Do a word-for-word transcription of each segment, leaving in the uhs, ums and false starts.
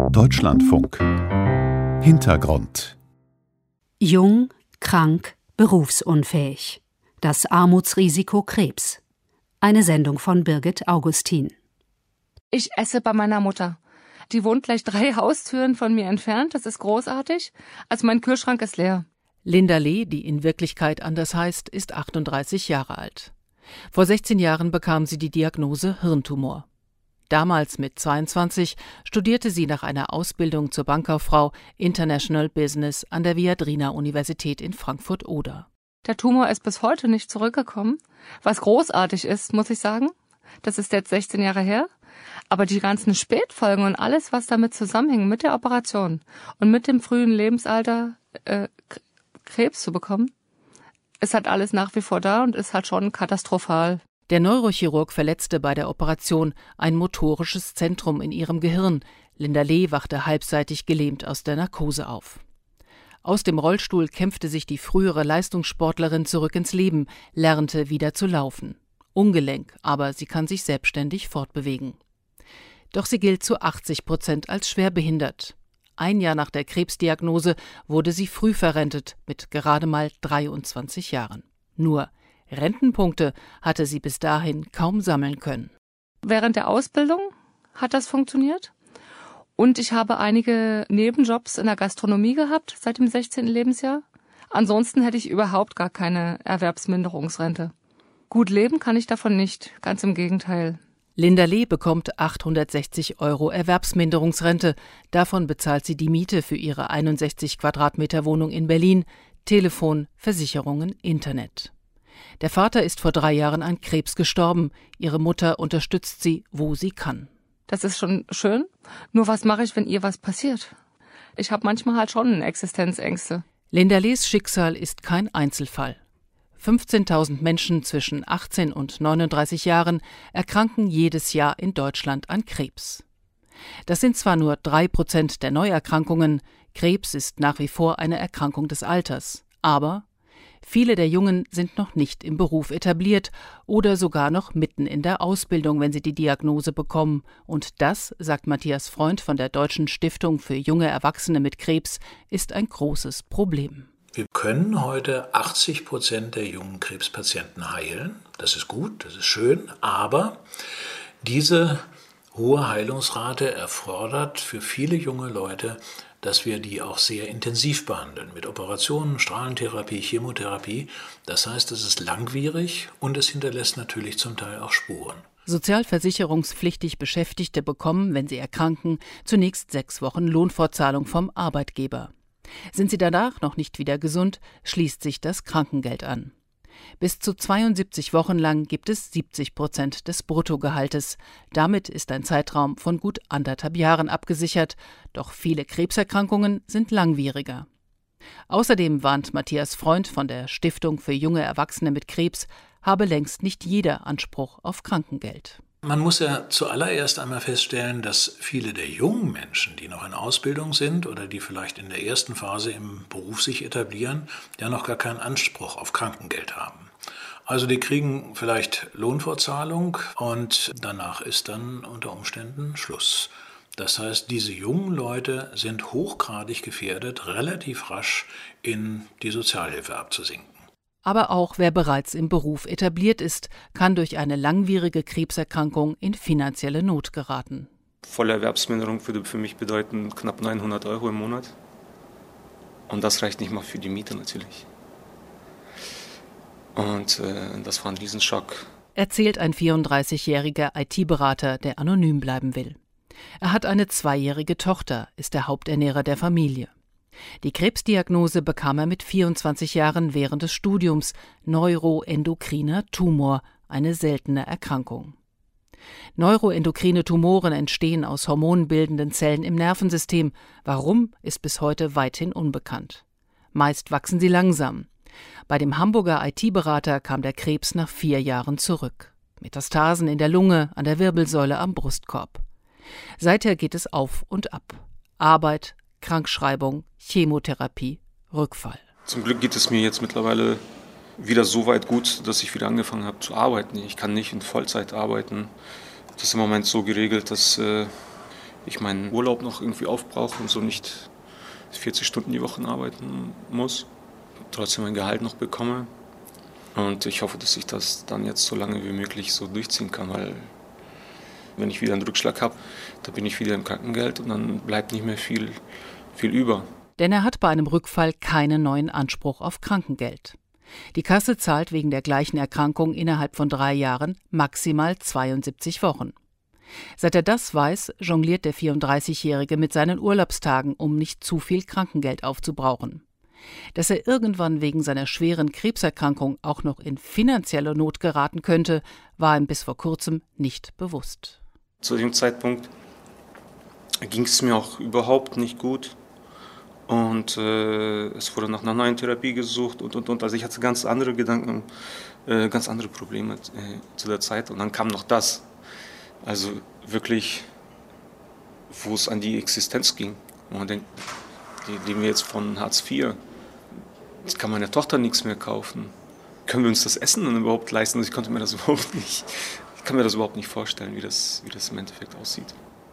Deutschlandfunk. Hintergrund. Jung, krank, berufsunfähig. Das Armutsrisiko Krebs. Eine Sendung von Birgit Augustin. Ich esse bei meiner Mutter. Die wohnt gleich drei Haustüren von mir entfernt. Das ist großartig. Also mein Kühlschrank ist leer. Linda Lee, die in Wirklichkeit anders heißt, ist achtunddreißig Jahre alt. Vor sechzehn Jahren bekam sie die Diagnose Hirntumor. Damals mit zweiundzwanzig studierte sie nach einer Ausbildung zur Bankkauffrau International Business an der Viadrina-Universität in Frankfurt-Oder. Der Tumor ist bis heute nicht zurückgekommen, was großartig ist, muss ich sagen. Das ist jetzt sechzehn Jahre her. Aber die ganzen Spätfolgen und alles, was damit zusammenhängt, mit der Operation und mit dem frühen Lebensalter äh, Krebs zu bekommen, ist halt alles nach wie vor da und ist halt schon katastrophal. Der Neurochirurg verletzte bei der Operation ein motorisches Zentrum in ihrem Gehirn. Linda Lee wachte halbseitig gelähmt aus der Narkose auf. Aus dem Rollstuhl kämpfte sich die frühere Leistungssportlerin zurück ins Leben, lernte wieder zu laufen. Ungelenk, aber sie kann sich selbstständig fortbewegen. Doch sie gilt zu achtzig Prozent als schwerbehindert. Ein Jahr nach der Krebsdiagnose wurde sie früh verrentet mit gerade mal dreiundzwanzig Jahren. Nur Rentenpunkte hatte sie bis dahin kaum sammeln können. Während der Ausbildung hat das funktioniert. Und ich habe einige Nebenjobs in der Gastronomie gehabt seit dem sechzehnten Lebensjahr. Ansonsten hätte ich überhaupt gar keine Erwerbsminderungsrente. Gut leben kann ich davon nicht, ganz im Gegenteil. Linda Lee bekommt achthundertsechzig Euro Erwerbsminderungsrente. Davon bezahlt sie die Miete für ihre einundsechzig Quadratmeter Wohnung in Berlin, Telefon, Versicherungen, Internet. Der Vater ist vor drei Jahren an Krebs gestorben. Ihre Mutter unterstützt sie, wo sie kann. Das ist schon schön. Nur was mache ich, wenn ihr was passiert? Ich habe manchmal halt schon Existenzängste. Linda Lees Schicksal ist kein Einzelfall. fünfzehntausend Menschen zwischen achtzehn und neununddreißig Jahren erkranken jedes Jahr in Deutschland an Krebs. Das sind zwar nur drei Prozent der Neuerkrankungen, Krebs ist nach wie vor eine Erkrankung des Alters, aber viele der Jungen sind noch nicht im Beruf etabliert oder sogar noch mitten in der Ausbildung, wenn sie die Diagnose bekommen. Und das, sagt Matthias Freund von der Deutschen Stiftung für junge Erwachsene mit Krebs, ist ein großes Problem. Wir können heute achtzig Prozent der jungen Krebspatienten heilen. Das ist gut, das ist schön, aber diese hohe Heilungsrate erfordert für viele junge Leute, dass wir die auch sehr intensiv behandeln, mit Operationen, Strahlentherapie, Chemotherapie. Das heißt, es ist langwierig und es hinterlässt natürlich zum Teil auch Spuren. Sozialversicherungspflichtig Beschäftigte bekommen, wenn sie erkranken, zunächst sechs Wochen Lohnfortzahlung vom Arbeitgeber. Sind sie danach noch nicht wieder gesund, schließt sich das Krankengeld an. Bis zu zweiundsiebzig Wochen lang gibt es siebzig Prozent des Bruttogehaltes. Damit ist ein Zeitraum von gut anderthalb Jahren abgesichert. Doch viele Krebserkrankungen sind langwieriger. Außerdem warnt Matthias Freund von der Stiftung für junge Erwachsene mit Krebs, habe längst nicht jeder Anspruch auf Krankengeld. Man muss ja zuallererst einmal feststellen, dass viele der jungen Menschen, die noch in Ausbildung sind oder die vielleicht in der ersten Phase im Beruf sich etablieren, ja noch gar keinen Anspruch auf Krankengeld haben. Also die kriegen vielleicht Lohnfortzahlung und danach ist dann unter Umständen Schluss. Das heißt, diese jungen Leute sind hochgradig gefährdet, relativ rasch in die Sozialhilfe abzusinken. Aber auch wer bereits im Beruf etabliert ist, kann durch eine langwierige Krebserkrankung in finanzielle Not geraten. Volle Erwerbsminderung würde für mich bedeuten knapp neunhundert Euro im Monat. Und das reicht nicht mal für die Miete natürlich. Und äh, das war ein Riesenschock. Erzählt ein vierunddreißigjähriger I T-Berater, der anonym bleiben will. Er hat eine zweijährige Tochter, ist der Haupternährer der Familie. Die Krebsdiagnose bekam er mit vierundzwanzig Jahren während des Studiums, neuroendokriner Tumor, eine seltene Erkrankung. Neuroendokrine Tumoren entstehen aus hormonbildenden Zellen im Nervensystem. Warum, ist bis heute weithin unbekannt. Meist wachsen sie langsam. Bei dem Hamburger I T-Berater kam der Krebs nach vier Jahren zurück. Metastasen in der Lunge, an der Wirbelsäule, am Brustkorb. Seither geht es auf und ab. Arbeit, Krankschreibung, Chemotherapie, Rückfall. Zum Glück geht es mir jetzt mittlerweile wieder so weit gut, dass ich wieder angefangen habe zu arbeiten. Ich kann nicht in Vollzeit arbeiten. Das ist im Moment so geregelt, dass äh, ich meinen Urlaub noch irgendwie aufbrauche und so nicht vierzig Stunden die Woche arbeiten muss, trotzdem mein Gehalt noch bekomme. Und ich hoffe, dass ich das dann jetzt so lange wie möglich so durchziehen kann, weil wenn ich wieder einen Rückschlag habe, dann bin ich wieder im Krankengeld und dann bleibt nicht mehr viel, viel über. Denn er hat bei einem Rückfall keinen neuen Anspruch auf Krankengeld. Die Kasse zahlt wegen der gleichen Erkrankung innerhalb von drei Jahren maximal zweiundsiebzig Wochen. Seit er das weiß, jongliert der vierunddreißigjährige mit seinen Urlaubstagen, um nicht zu viel Krankengeld aufzubrauchen. Dass er irgendwann wegen seiner schweren Krebserkrankung auch noch in finanzielle Not geraten könnte, war ihm bis vor kurzem nicht bewusst. Zu dem Zeitpunkt ging es mir auch überhaupt nicht gut. Und äh, es wurde nach einer neuen Therapie gesucht und, und, und. Also ich hatte ganz andere Gedanken, äh, ganz andere Probleme äh, zu der Zeit. Und dann kam noch das. Also wirklich, wo es an die Existenz ging. Und man denkt, die leben wir jetzt von Hartz vier. Jetzt kann meine Tochter nichts mehr kaufen. Können wir uns das Essen dann überhaupt leisten? Also ich konnte mir das überhaupt nicht, ich kann mir das überhaupt nicht vorstellen, wie das, wie das im Endeffekt aussieht.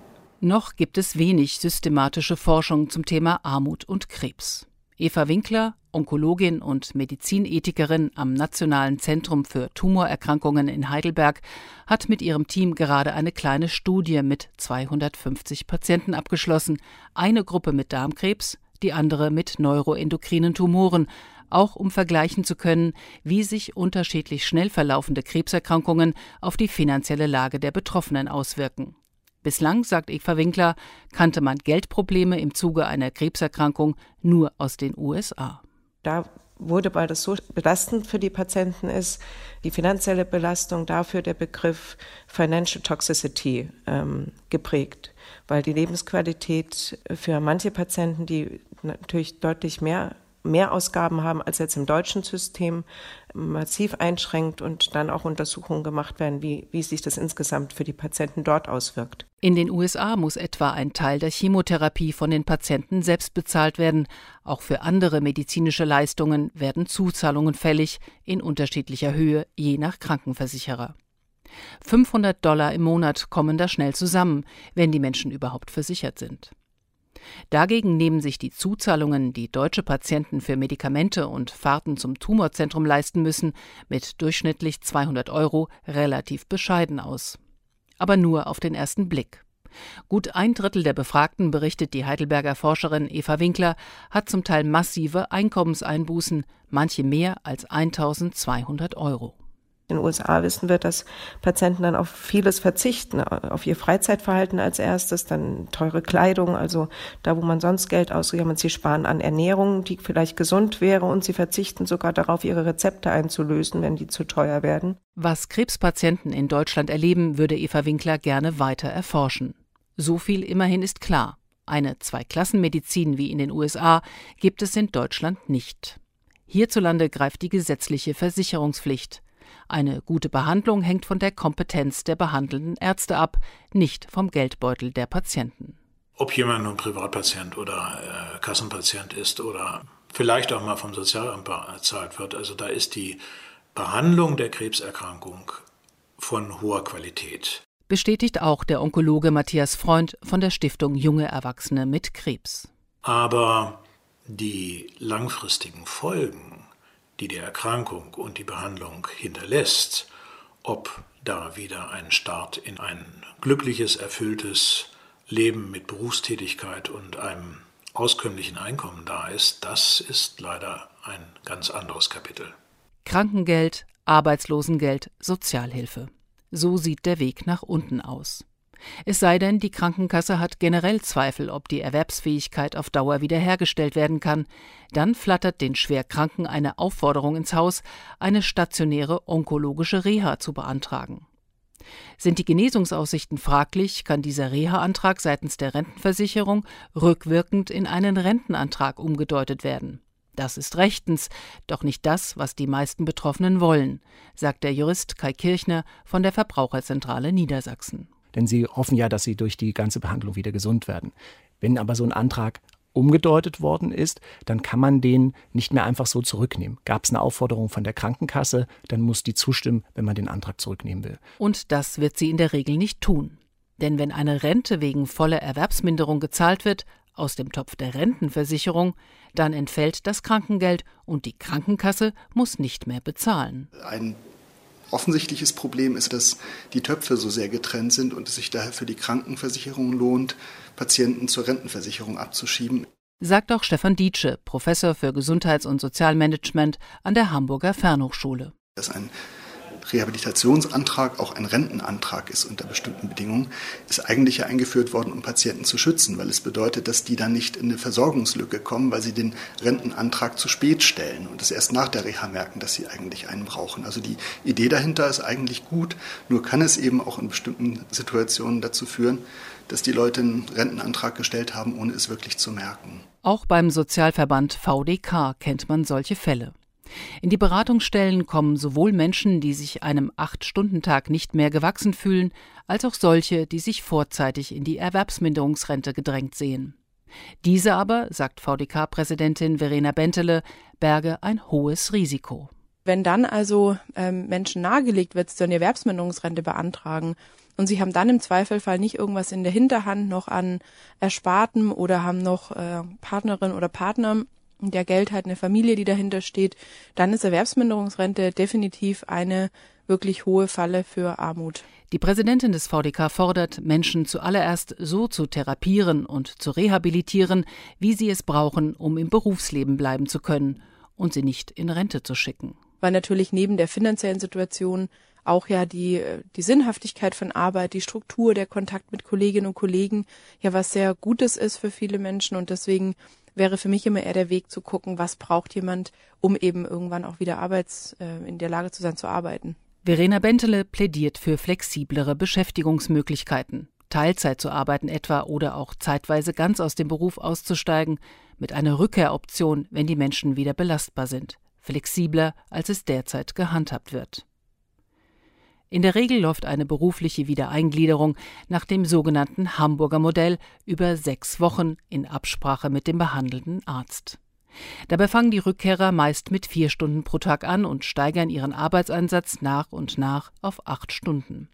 Noch gibt es wenig systematische Forschung zum Thema Armut und Krebs. Eva Winkler, Onkologin und Medizinethikerin am Nationalen Zentrum für Tumorerkrankungen in Heidelberg, hat mit ihrem Team gerade eine kleine Studie mit zweihundertfünfzig Patienten abgeschlossen. Eine Gruppe mit Darmkrebs, die andere mit neuroendokrinen Tumoren, auch um vergleichen zu können, wie sich unterschiedlich schnell verlaufende Krebserkrankungen auf die finanzielle Lage der Betroffenen auswirken. Bislang, sagt Eva Winkler, kannte man Geldprobleme im Zuge einer Krebserkrankung nur aus den U S A. Da wurde, weil das so belastend für die Patienten ist, die finanzielle Belastung, dafür der Begriff Financial Toxicity ähm, geprägt. Weil die Lebensqualität für manche Patienten, die natürlich deutlich mehr Mehrausgaben haben als jetzt im deutschen System, massiv einschränkt und dann auch Untersuchungen gemacht werden, wie, wie sich das insgesamt für die Patienten dort auswirkt. In den U S A muss etwa ein Teil der Chemotherapie von den Patienten selbst bezahlt werden. Auch für andere medizinische Leistungen werden Zuzahlungen fällig, in unterschiedlicher Höhe, je nach Krankenversicherer. fünfhundert Dollar im Monat kommen da schnell zusammen, wenn die Menschen überhaupt versichert sind. Dagegen nehmen sich die Zuzahlungen, die deutsche Patienten für Medikamente und Fahrten zum Tumorzentrum leisten müssen, mit durchschnittlich zweihundert Euro relativ bescheiden aus. Aber nur auf den ersten Blick. Gut ein Drittel der Befragten, berichtet die Heidelberger Forscherin Eva Winkler, hat zum Teil massive Einkommenseinbußen, manche mehr als eintausendzweihundert Euro. In den U S A wissen wir, dass Patienten dann auf vieles verzichten, auf ihr Freizeitverhalten als erstes, dann teure Kleidung, also da, wo man sonst Geld ausgegeben hat. Sie sparen an Ernährung, die vielleicht gesund wäre, und sie verzichten sogar darauf, ihre Rezepte einzulösen, wenn die zu teuer werden. Was Krebspatienten in Deutschland erleben, würde Eva Winkler gerne weiter erforschen. So viel immerhin ist klar. Eine Zweiklassenmedizin wie in den U S A gibt es in Deutschland nicht. Hierzulande greift die gesetzliche Versicherungspflicht. Eine gute Behandlung hängt von der Kompetenz der behandelnden Ärzte ab, nicht vom Geldbeutel der Patienten. Ob jemand nun Privatpatient oder äh, Kassenpatient ist oder vielleicht auch mal vom Sozialamt bezahlt wird, also da ist die Behandlung der Krebserkrankung von hoher Qualität. Bestätigt auch der Onkologe Matthias Freund von der Stiftung Junge Erwachsene mit Krebs. Aber die langfristigen Folgen, die die Erkrankung und die Behandlung hinterlässt, ob da wieder ein Start in ein glückliches, erfülltes Leben mit Berufstätigkeit und einem auskömmlichen Einkommen da ist, das ist leider ein ganz anderes Kapitel. Krankengeld, Arbeitslosengeld, Sozialhilfe. So sieht der Weg nach unten aus. Es sei denn, die Krankenkasse hat generell Zweifel, ob die Erwerbsfähigkeit auf Dauer wiederhergestellt werden kann. Dann flattert den Schwerkranken eine Aufforderung ins Haus, eine stationäre onkologische Reha zu beantragen. Sind die Genesungsaussichten fraglich, kann dieser Reha-Antrag seitens der Rentenversicherung rückwirkend in einen Rentenantrag umgedeutet werden. Das ist rechtens, doch nicht das, was die meisten Betroffenen wollen, sagt der Jurist Kai Kirchner von der Verbraucherzentrale Niedersachsen. Denn sie hoffen ja, dass sie durch die ganze Behandlung wieder gesund werden. Wenn aber so ein Antrag umgedeutet worden ist, dann kann man den nicht mehr einfach so zurücknehmen. Gab es eine Aufforderung von der Krankenkasse, dann muss die zustimmen, wenn man den Antrag zurücknehmen will. Und das wird sie in der Regel nicht tun. Denn wenn eine Rente wegen voller Erwerbsminderung gezahlt wird, aus dem Topf der Rentenversicherung, dann entfällt das Krankengeld und die Krankenkasse muss nicht mehr bezahlen. Ein offensichtliches Problem ist, dass die Töpfe so sehr getrennt sind und es sich daher für die Krankenversicherung lohnt, Patienten zur Rentenversicherung abzuschieben. Sagt auch Stefan Dietsche, Professor für Gesundheits- und Sozialmanagement an der Hamburger Fernhochschule. Dass ein Rehabilitationsantrag auch ein Rentenantrag ist unter bestimmten Bedingungen, ist eigentlich ja eingeführt worden, um Patienten zu schützen, weil es bedeutet, dass die dann nicht in eine Versorgungslücke kommen, weil sie den Rentenantrag zu spät stellen und es erst nach der Reha merken, dass sie eigentlich einen brauchen. Also die Idee dahinter ist eigentlich gut, nur kann es eben auch in bestimmten Situationen dazu führen, dass die Leute einen Rentenantrag gestellt haben, ohne es wirklich zu merken. Auch beim Sozialverband V D K kennt man solche Fälle. In die Beratungsstellen kommen sowohl Menschen, die sich einem Acht-Stunden-Tag nicht mehr gewachsen fühlen, als auch solche, die sich vorzeitig in die Erwerbsminderungsrente gedrängt sehen. Diese aber, sagt V D K-Präsidentin Verena Bentele, berge ein hohes Risiko. Wenn dann also ähm, Menschen nahegelegt wird, sie sollen die Erwerbsminderungsrente beantragen und sie haben dann im Zweifelfall nicht irgendwas in der Hinterhand noch an Erspartem oder haben noch äh, Partnerin oder Partner, der Geld hat, eine Familie, die dahinter steht, dann ist Erwerbsminderungsrente definitiv eine wirklich hohe Falle für Armut. Die Präsidentin des V D K fordert, Menschen zuallererst so zu therapieren und zu rehabilitieren, wie sie es brauchen, um im Berufsleben bleiben zu können und sie nicht in Rente zu schicken. Weil natürlich neben der finanziellen Situation auch ja die, die Sinnhaftigkeit von Arbeit, die Struktur, der Kontakt mit Kolleginnen und Kollegen ja was sehr Gutes ist für viele Menschen und deswegen wäre für mich immer eher der Weg zu gucken, was braucht jemand, um eben irgendwann auch wieder arbeits, äh, in der Lage zu sein, zu arbeiten. Verena Bentele plädiert für flexiblere Beschäftigungsmöglichkeiten, Teilzeit zu arbeiten etwa oder auch zeitweise ganz aus dem Beruf auszusteigen, mit einer Rückkehroption, wenn die Menschen wieder belastbar sind, flexibler, als es derzeit gehandhabt wird. In der Regel läuft eine berufliche Wiedereingliederung nach dem sogenannten Hamburger Modell über sechs Wochen in Absprache mit dem behandelnden Arzt. Dabei fangen die Rückkehrer meist mit vier Stunden pro Tag an und steigern ihren Arbeitseinsatz nach und nach auf acht Stunden.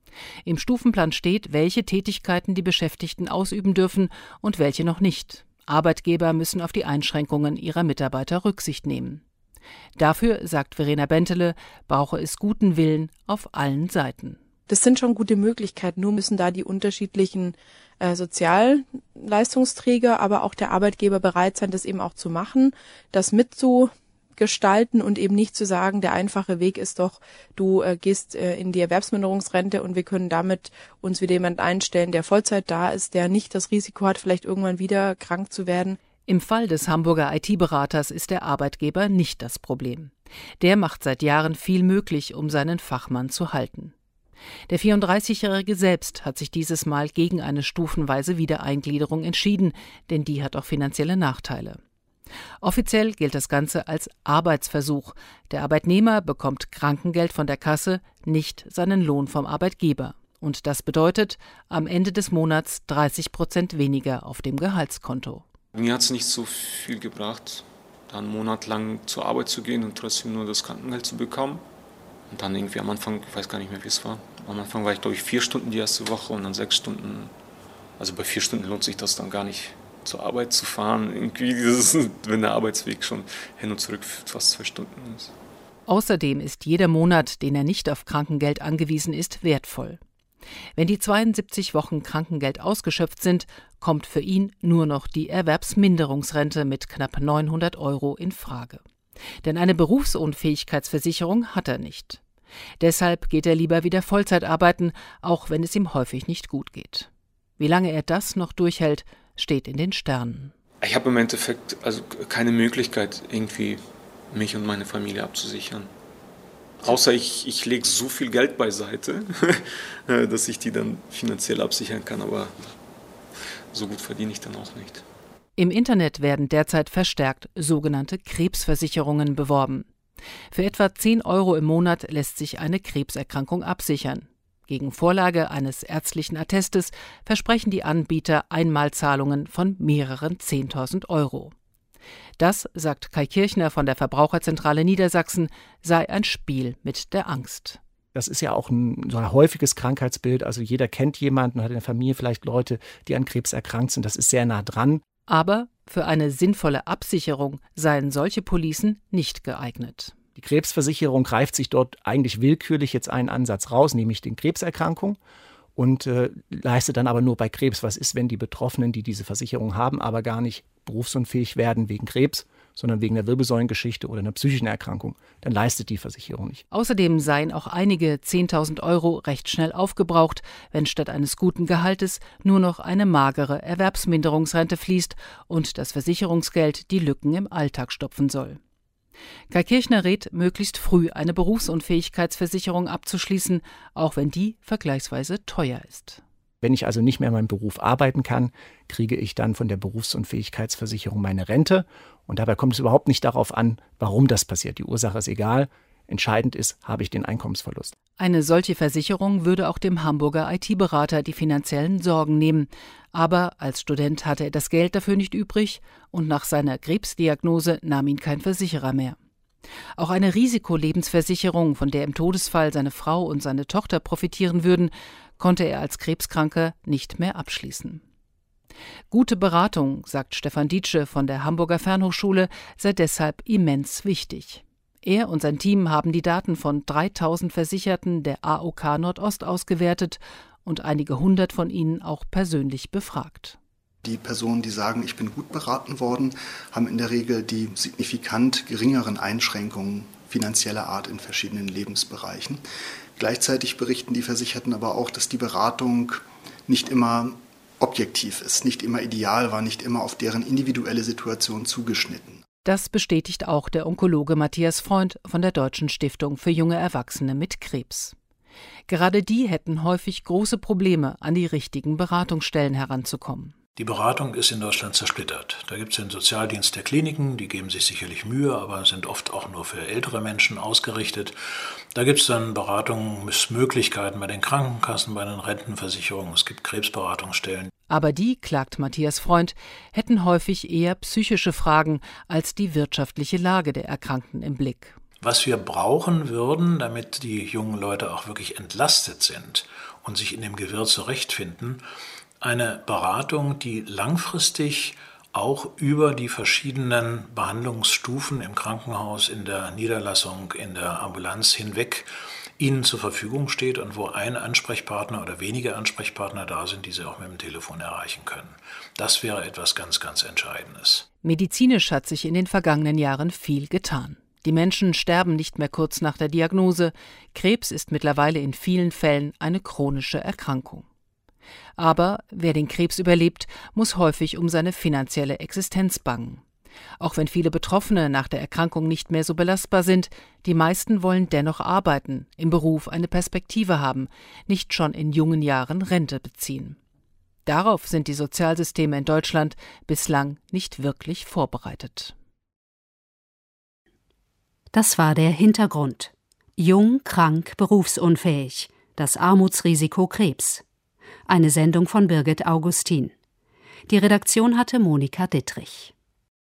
Im Stufenplan steht, welche Tätigkeiten die Beschäftigten ausüben dürfen und welche noch nicht. Arbeitgeber müssen auf die Einschränkungen ihrer Mitarbeiter Rücksicht nehmen. Dafür, sagt Verena Bentele, brauche es guten Willen auf allen Seiten. Das sind schon gute Möglichkeiten, nur müssen da die unterschiedlichen äh, Sozialleistungsträger, aber auch der Arbeitgeber bereit sein, das eben auch zu machen, das mitzugestalten und eben nicht zu sagen, der einfache Weg ist doch, du äh, gehst äh, in die Erwerbsminderungsrente und wir können damit uns wieder jemand einstellen, der Vollzeit da ist, der nicht das Risiko hat, vielleicht irgendwann wieder krank zu werden. Im Fall des Hamburger I T-Beraters ist der Arbeitgeber nicht das Problem. Der macht seit Jahren viel möglich, um seinen Fachmann zu halten. Der vierunddreißigjährige selbst hat sich dieses Mal gegen eine stufenweise Wiedereingliederung entschieden, denn die hat auch finanzielle Nachteile. Offiziell gilt das Ganze als Arbeitsversuch. Der Arbeitnehmer bekommt Krankengeld von der Kasse, nicht seinen Lohn vom Arbeitgeber. Und das bedeutet am Ende des Monats dreißig Prozent weniger auf dem Gehaltskonto. Mir hat es nicht so viel gebracht, dann einen Monat lang zur Arbeit zu gehen und trotzdem nur das Krankengeld zu bekommen. Und dann irgendwie am Anfang, ich weiß gar nicht mehr, wie es war, am Anfang war ich, glaube ich, vier Stunden die erste Woche und dann sechs Stunden. Also bei vier Stunden lohnt sich das dann gar nicht, zur Arbeit zu fahren. Irgendwie dieses, wenn der Arbeitsweg schon hin und zurück fast zwei Stunden ist. Außerdem ist jeder Monat, den er nicht auf Krankengeld angewiesen ist, wertvoll. Wenn die zweiundsiebzig Wochen Krankengeld ausgeschöpft sind, kommt für ihn nur noch die Erwerbsminderungsrente mit knapp neunhundert Euro in Frage. Denn eine Berufsunfähigkeitsversicherung hat er nicht. Deshalb geht er lieber wieder Vollzeit arbeiten, auch wenn es ihm häufig nicht gut geht. Wie lange er das noch durchhält, steht in den Sternen. Ich habe im Endeffekt also keine Möglichkeit, irgendwie mich und meine Familie abzusichern. Außer ich, ich lege so viel Geld beiseite, dass ich die dann finanziell absichern kann, aber so gut verdiene ich dann auch nicht. Im Internet werden derzeit verstärkt sogenannte Krebsversicherungen beworben. Für etwa zehn Euro im Monat lässt sich eine Krebserkrankung absichern. Gegen Vorlage eines ärztlichen Attestes versprechen die Anbieter Einmalzahlungen von mehreren zehntausend Euro. Das, sagt Kai Kirchner von der Verbraucherzentrale Niedersachsen, sei ein Spiel mit der Angst. Das ist ja auch ein, so ein häufiges Krankheitsbild. Also jeder kennt jemanden, hat in der Familie vielleicht Leute, die an Krebs erkrankt sind. Das ist sehr nah dran. Aber für eine sinnvolle Absicherung seien solche Policen nicht geeignet. Die Krebsversicherung greift sich dort eigentlich willkürlich jetzt einen Ansatz raus, nämlich den Krebserkrankung, und äh, leistet dann aber nur bei Krebs. Was ist, wenn die Betroffenen, die diese Versicherung haben, aber gar nicht berufsunfähig werden wegen Krebs, sondern wegen einer Wirbelsäulengeschichte oder einer psychischen Erkrankung? Dann leistet die Versicherung nicht. Außerdem seien auch einige zehntausend Euro recht schnell aufgebraucht, wenn statt eines guten Gehaltes nur noch eine magere Erwerbsminderungsrente fließt und das Versicherungsgeld die Lücken im Alltag stopfen soll. Kai Kirchner rät, möglichst früh eine Berufsunfähigkeitsversicherung abzuschließen, auch wenn die vergleichsweise teuer ist. Wenn ich also nicht mehr in meinem Beruf arbeiten kann, kriege ich dann von der Berufsunfähigkeitsversicherung meine Rente. Und dabei kommt es überhaupt nicht darauf an, warum das passiert. Die Ursache ist egal. Entscheidend ist, habe ich den Einkommensverlust. Eine solche Versicherung würde auch dem Hamburger I T-Berater die finanziellen Sorgen nehmen. Aber als Student hatte er das Geld dafür nicht übrig und nach seiner Krebsdiagnose nahm ihn kein Versicherer mehr. Auch eine Risikolebensversicherung, von der im Todesfall seine Frau und seine Tochter profitieren würden, konnte er als Krebskranker nicht mehr abschließen. Gute Beratung, sagt Stefan Dietsche von der Hamburger Fernhochschule, sei deshalb immens wichtig. Er und sein Team haben die Daten von dreitausend Versicherten der A O K Nordost ausgewertet und einige hundert von ihnen auch persönlich befragt. Die Personen, die sagen, ich bin gut beraten worden, haben in der Regel die signifikant geringeren Einschränkungen finanzieller Art in verschiedenen Lebensbereichen. Gleichzeitig berichten die Versicherten aber auch, dass die Beratung nicht immer objektiv ist, nicht immer ideal war, nicht immer auf deren individuelle Situation zugeschnitten. Das bestätigt auch der Onkologe Matthias Freund von der Deutschen Stiftung für junge Erwachsene mit Krebs. Gerade die hätten häufig große Probleme, an die richtigen Beratungsstellen heranzukommen. Die Beratung ist in Deutschland zersplittert. Da gibt es den Sozialdienst der Kliniken, die geben sich sicherlich Mühe, aber sind oft auch nur für ältere Menschen ausgerichtet. Da gibt es dann Beratungsmöglichkeiten bei den Krankenkassen, bei den Rentenversicherungen, es gibt Krebsberatungsstellen. Aber die, klagt Matthias Freund, hätten häufig eher psychische Fragen als die wirtschaftliche Lage der Erkrankten im Blick. Was wir brauchen würden, damit die jungen Leute auch wirklich entlastet sind und sich in dem Gewirr zurechtfinden, eine Beratung, die langfristig auch über die verschiedenen Behandlungsstufen im Krankenhaus, in der Niederlassung, in der Ambulanz hinweg Ihnen zur Verfügung steht und wo ein Ansprechpartner oder wenige Ansprechpartner da sind, die Sie auch mit dem Telefon erreichen können. Das wäre etwas ganz, ganz Entscheidendes. Medizinisch hat sich in den vergangenen Jahren viel getan. Die Menschen sterben nicht mehr kurz nach der Diagnose. Krebs ist mittlerweile in vielen Fällen eine chronische Erkrankung. Aber wer den Krebs überlebt, muss häufig um seine finanzielle Existenz bangen. Auch wenn viele Betroffene nach der Erkrankung nicht mehr so belastbar sind, die meisten wollen dennoch arbeiten, im Beruf eine Perspektive haben, nicht schon in jungen Jahren Rente beziehen. Darauf sind die Sozialsysteme in Deutschland bislang nicht wirklich vorbereitet. Das war der Hintergrund. Jung, krank, berufsunfähig. Das Armutsrisiko Krebs. Eine Sendung von Birgit Augustin. Die Redaktion hatte Monika Dittrich.